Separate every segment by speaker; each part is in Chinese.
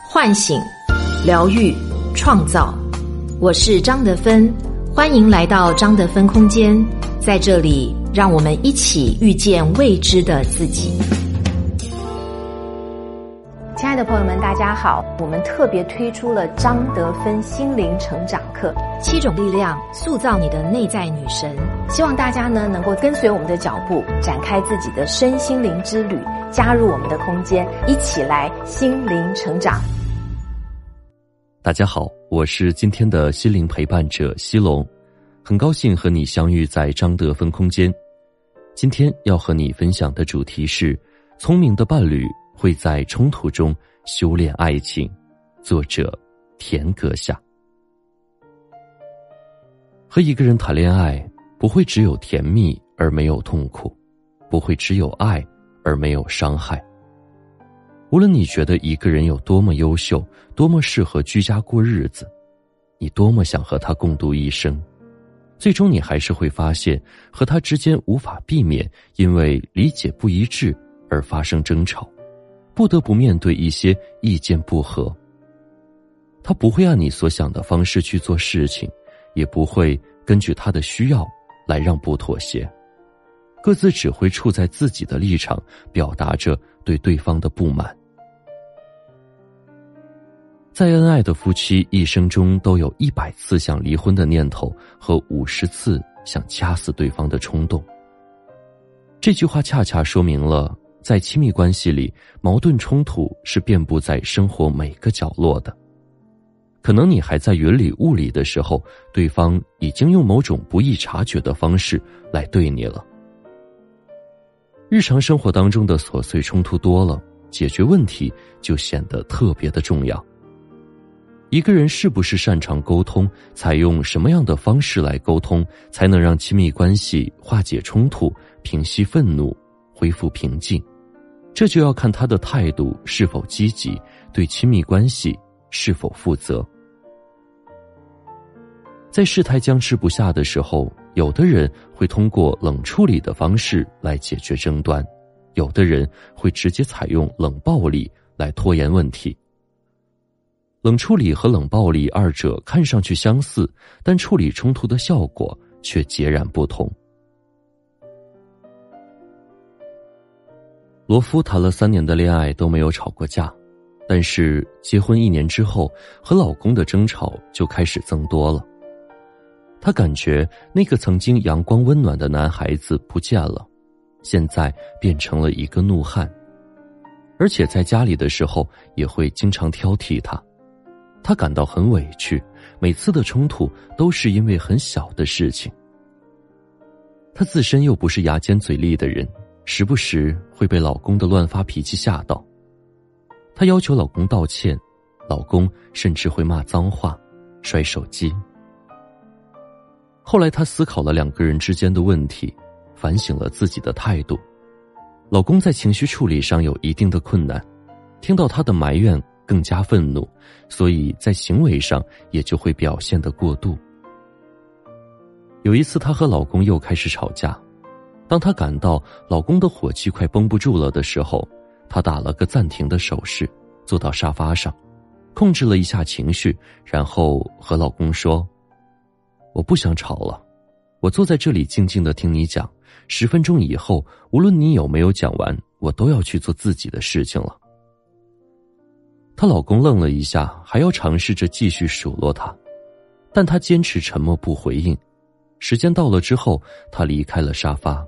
Speaker 1: 唤醒、疗愈、创造。我是张德芬，欢迎来到张德芬空间，在这里让我们一起遇见未知的自己。亲爱的朋友们，大家好，我们特别推出了张德芬心灵成长课，7种力量塑造你的内在女神。希望大家呢能够跟随我们的脚步，展开自己的身心灵之旅，加入我们的空间，一起来心灵成长。
Speaker 2: 大家好，我是今天的心灵陪伴者西龙，很高兴和你相遇在张德芬空间。今天要和你分享的主题是聪明的伴侣会在冲突中修炼爱情，作者田阁下。和一个人谈恋爱，不会只有甜蜜而没有痛苦，不会只有爱而没有伤害。无论你觉得一个人有多么优秀，多么适合居家过日子，你多么想和他共度一生，最终你还是会发现和他之间无法避免因为理解不一致而发生争吵，不得不面对一些意见不合。他不会按你所想的方式去做事情，也不会根据他的需要来让步妥协，各自只会处在自己的立场，表达着对对方的不满。再恩爱的夫妻一生中都有100次想离婚的念头和50次想掐死对方的冲动。这句话恰恰说明了，在亲密关系里，矛盾冲突是遍布在生活每个角落的。可能你还在云里雾里的时候，对方已经用某种不易察觉的方式来对你了。日常生活当中的琐碎冲突多了，解决问题就显得特别的重要。一个人是不是擅长沟通，采用什么样的方式来沟通，才能让亲密关系化解冲突，平息愤怒，恢复平静，这就要看他的态度是否积极，对亲密关系是否负责。在事态僵持不下的时候，有的人会通过冷处理的方式来解决争端，有的人会直接采用冷暴力来拖延问题。冷处理和冷暴力二者看上去相似，但处理冲突的效果却截然不同。罗夫谈了3年的恋爱都没有吵过架，但是结婚1年之后，和老公的争吵就开始增多了。她感觉那个曾经阳光温暖的男孩子不见了，现在变成了一个怒汉，而且在家里的时候也会经常挑剔他。她感到很委屈，每次的冲突都是因为很小的事情。她自身又不是牙尖嘴利的人，时不时会被老公的乱发脾气吓到。她要求老公道歉，老公甚至会骂脏话，摔手机。后来她思考了2个人之间的问题，反省了自己的态度。老公在情绪处理上有一定的困难，听到她的埋怨更加愤怒，所以在行为上也就会表现得过度。有一次她和老公又开始吵架，当她感到老公的火气快绷不住了的时候，她打了个暂停的手势，坐到沙发上，控制了一下情绪，然后和老公说：我不想吵了，我坐在这里静静地听你讲，10分钟以后，无论你有没有讲完，我都要去做自己的事情了。她老公愣了一下，还要尝试着继续数落她，但她坚持沉默不回应。时间到了之后，她离开了沙发。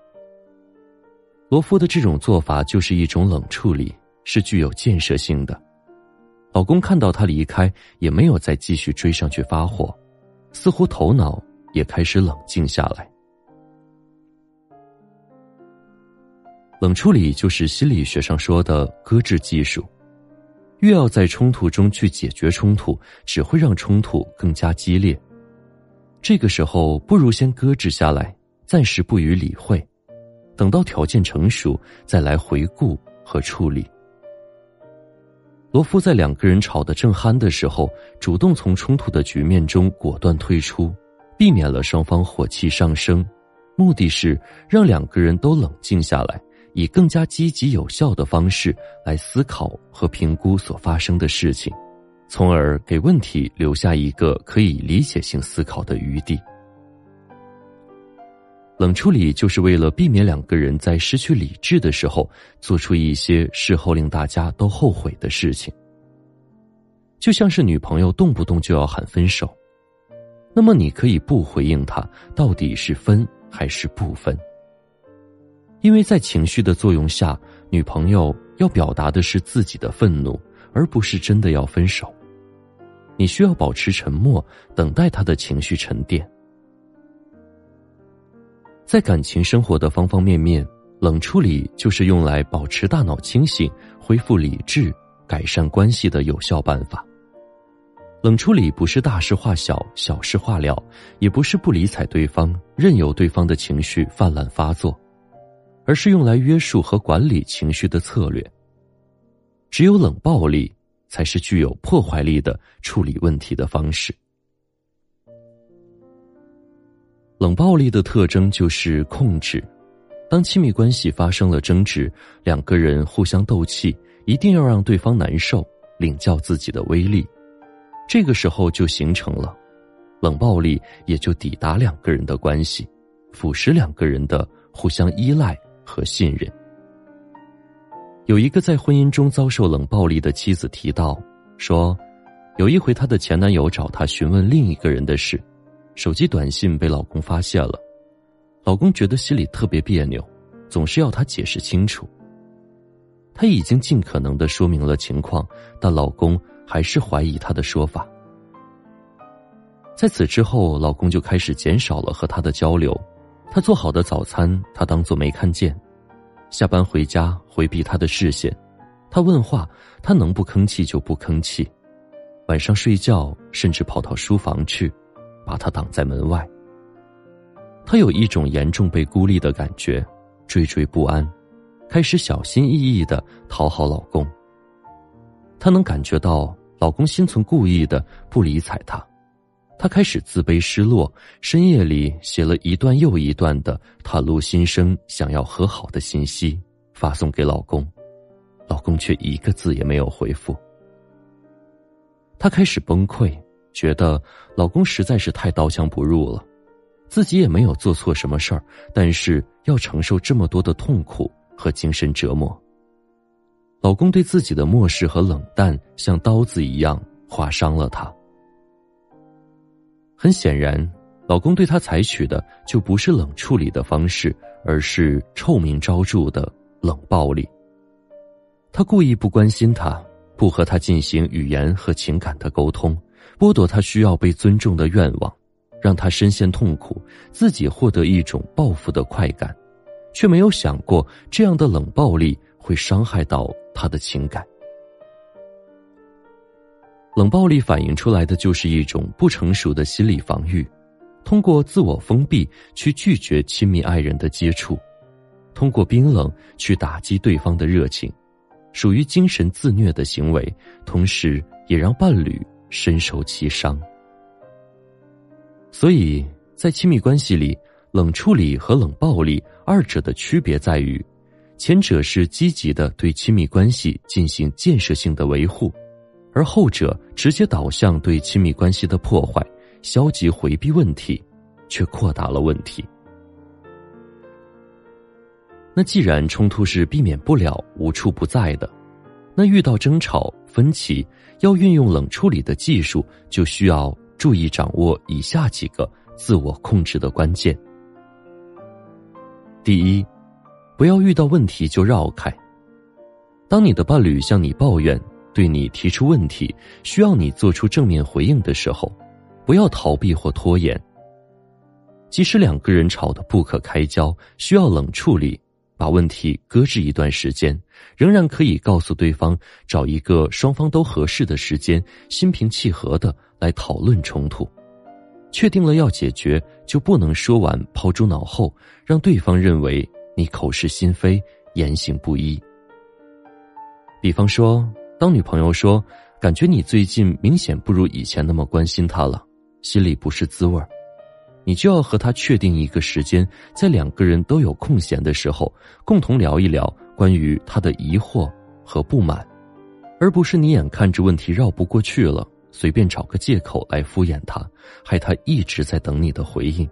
Speaker 2: 罗夫的这种做法就是一种冷处理，是具有建设性的。老公看到她离开，也没有再继续追上去发火，似乎头脑也开始冷静下来。冷处理就是心理学上说的搁置技术，越要在冲突中去解决冲突，只会让冲突更加激烈。这个时候不如先搁置下来，暂时不予理会，等到条件成熟再来回顾和处理。罗夫在2个人吵得正酣的时候，主动从冲突的局面中果断退出，避免了双方火气上升，目的是让2个人都冷静下来， 以更加积极有效的方式来思考和评估所发生的事情，从而给问题留下一个可以理解性思考的余地。冷处理就是为了避免两个人在失去理智的时候做出一些事后令大家都后悔的事情。就像是女朋友动不动就要喊分手，那么你可以不回应她到底是分还是不分。因为在情绪的作用下，女朋友要表达的是自己的愤怒，而不是真的要分手。你需要保持沉默，等待她的情绪沉淀。在感情生活的方方面面，冷处理就是用来保持大脑清醒、恢复理智、改善关系的有效办法。冷处理不是大事化小、小事化了，也不是不理睬对方，任由对方的情绪泛滥发作，而是用来约束和管理情绪的策略。只有冷暴力才是具有破坏力的处理问题的方式。冷暴力的特征就是控制。当亲密关系发生了争执，两个人互相斗气，一定要让对方难受，领教自己的威力。这个时候就形成了冷暴力，也就抵达两个人的关系，腐蚀两个人的互相依赖和信任。有一个在婚姻中遭受冷暴力的妻子提到说，有一回她的前男友找她询问另一个人的事，手机短信被老公发现了，老公觉得心里特别别扭，总是要她解释清楚。她已经尽可能地说明了情况，但老公还是怀疑她的说法。在此之后，老公就开始减少了和她的交流，她做好的早餐她当作没看见，下班回家回避她的视线，她问话她能不吭气就不吭气，晚上睡觉甚至跑到书房去，把她挡在门外。她有一种严重被孤立的感觉，惴惴不安，开始小心翼翼地讨好老公。她能感觉到老公心存故意的不理睬她，她开始自卑失落，深夜里写了一段又一段的袒露心声想要和好的信息发送给老公，老公却一个字也没有回复。她开始崩溃，觉得老公实在是太刀枪不入了，自己也没有做错什么事儿，但是要承受这么多的痛苦和精神折磨。老公对自己的漠视和冷淡像刀子一样划伤了她。很显然，老公对她采取的就不是冷处理的方式，而是臭名昭著的冷暴力。他故意不关心她，不和她进行语言和情感的沟通，剥夺她需要被尊重的愿望，让她深陷痛苦，自己获得一种报复的快感，却没有想过这样的冷暴力会伤害到她的情感。冷暴力反映出来的就是一种不成熟的心理防御，通过自我封闭去拒绝亲密爱人的接触，通过冰冷去打击对方的热情，属于精神自虐的行为，同时也让伴侣深受其伤。所以在亲密关系里，冷处理和冷暴力二者的区别在于，前者是积极的对亲密关系进行建设性的维护，而后者直接导向对亲密关系的破坏，消极回避问题，却扩大了问题。那既然冲突是避免不了、无处不在的，那遇到争吵、分歧，要运用冷处理的技术，就需要注意掌握以下几个自我控制的关键。第一，不要遇到问题就绕开。当你的伴侣向你抱怨，对你提出问题，需要你做出正面回应的时候，不要逃避或拖延。即使两个人吵得不可开交，需要冷处理，把问题搁置一段时间，仍然可以告诉对方，找一个双方都合适的时间，心平气和的来讨论冲突。确定了要解决，就不能说完抛诸脑后，让对方认为你口是心非，言行不一。比方说，当女朋友说，感觉你最近明显不如以前那么关心她了，心里不是滋味， 你就要和他确定一个时间，在两个人都有空闲的时候，共同聊一聊关于他的疑惑和不满，而不是你眼看着问题绕不过去了，随便找个借口来敷衍他，害他一直在等你的回应。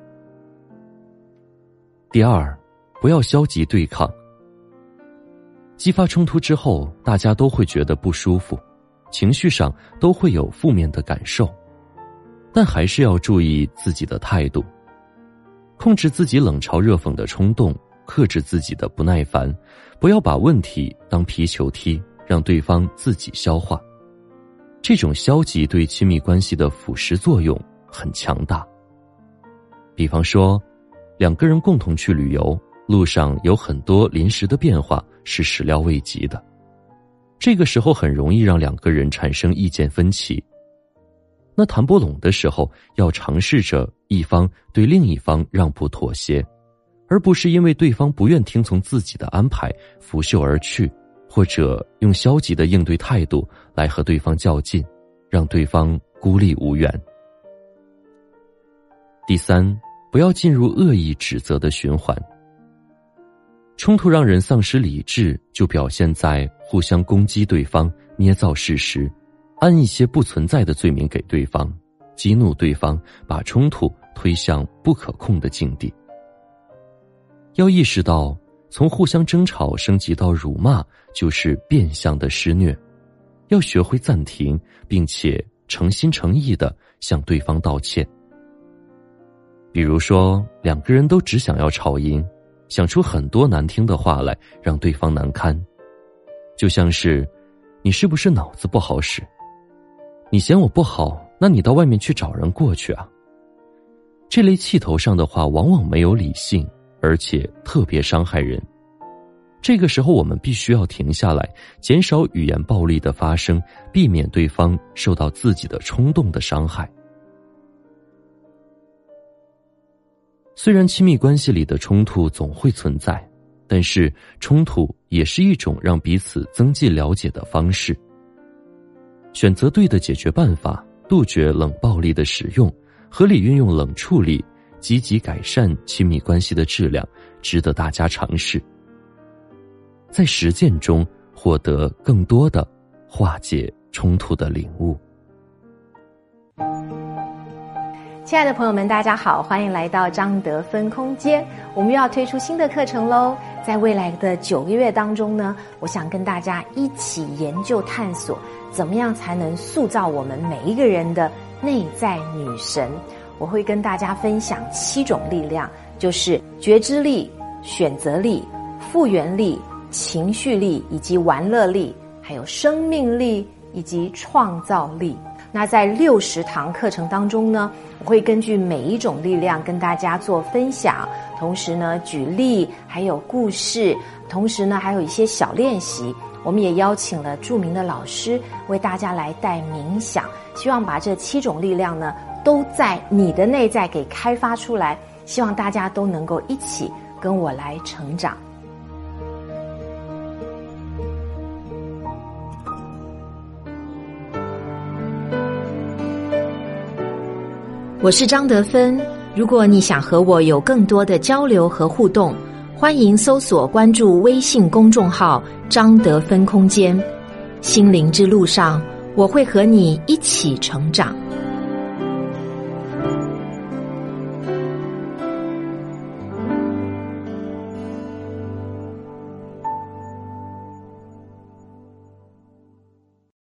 Speaker 2: 第二，不要消极对抗。激发冲突之后，大家都会觉得不舒服，情绪上都会有负面的感受，但还是要注意自己的态度，控制自己冷嘲热讽的冲动，克制自己的不耐烦，不要把问题当皮球踢，让对方自己消化。这种消极对亲密关系的腐蚀作用很强大。比方说，两个人共同去旅游，路上有很多临时的变化是始料未及的，这个时候很容易让两个人产生意见分歧。那谈不拢的时候，要尝试着一方对另一方让步妥协，而不是因为对方不愿听从自己的安排拂袖而去，或者用消极的应对态度来和对方较劲，让对方孤立无援。第三，不要进入恶意指责的循环。冲突让人丧失理智，就表现在互相攻击对方，捏造事实，安一些不存在的罪名给对方，激怒对方，把冲突推向不可控的境地。要意识到，从互相争吵升级到辱骂，就是变相的施虐。要学会暂停，并且诚心诚意地向对方道歉。比如说，两个人都只想要吵赢，想出很多难听的话来让对方难堪，就像是你是不是脑子不好使？你嫌我不好，那你到外面去找人过去啊。这类气头上的话往往没有理性，而且特别伤害人。这个时候我们必须要停下来，减少语言暴力的发生，避免对方受到自己的冲动的伤害。虽然亲密关系里的冲突总会存在，但是冲突也是一种让彼此增进了解的方式。选择对的解决办法，杜绝冷暴力的使用，合理运用冷处理，积极改善亲密关系的质量，值得大家尝试。在实践中获得更多的化解冲突的领悟。
Speaker 1: 亲爱的朋友们，大家好，欢迎来到张德芬空间。我们又要推出新的课程咯，在未来的9个月当中呢，我想跟大家一起研究探索，怎么样才能塑造我们每一个人的内在女神。我会跟大家分享7种力量，就是觉知力、选择力、复原力、情绪力以及玩乐力，还有生命力以及创造力。那在60堂课程当中呢，我会根据每一种力量跟大家做分享，同时呢举例，还有故事，同时呢还有一些小练习。我们也邀请了著名的老师为大家来带冥想，希望把这7种力量呢都在你的内在给开发出来，希望大家都能够一起跟我来成长。我是张德芬，如果你想和我有更多的交流和互动，欢迎搜索关注微信公众号张德芬空间。心灵之路上，我会和你一起成长。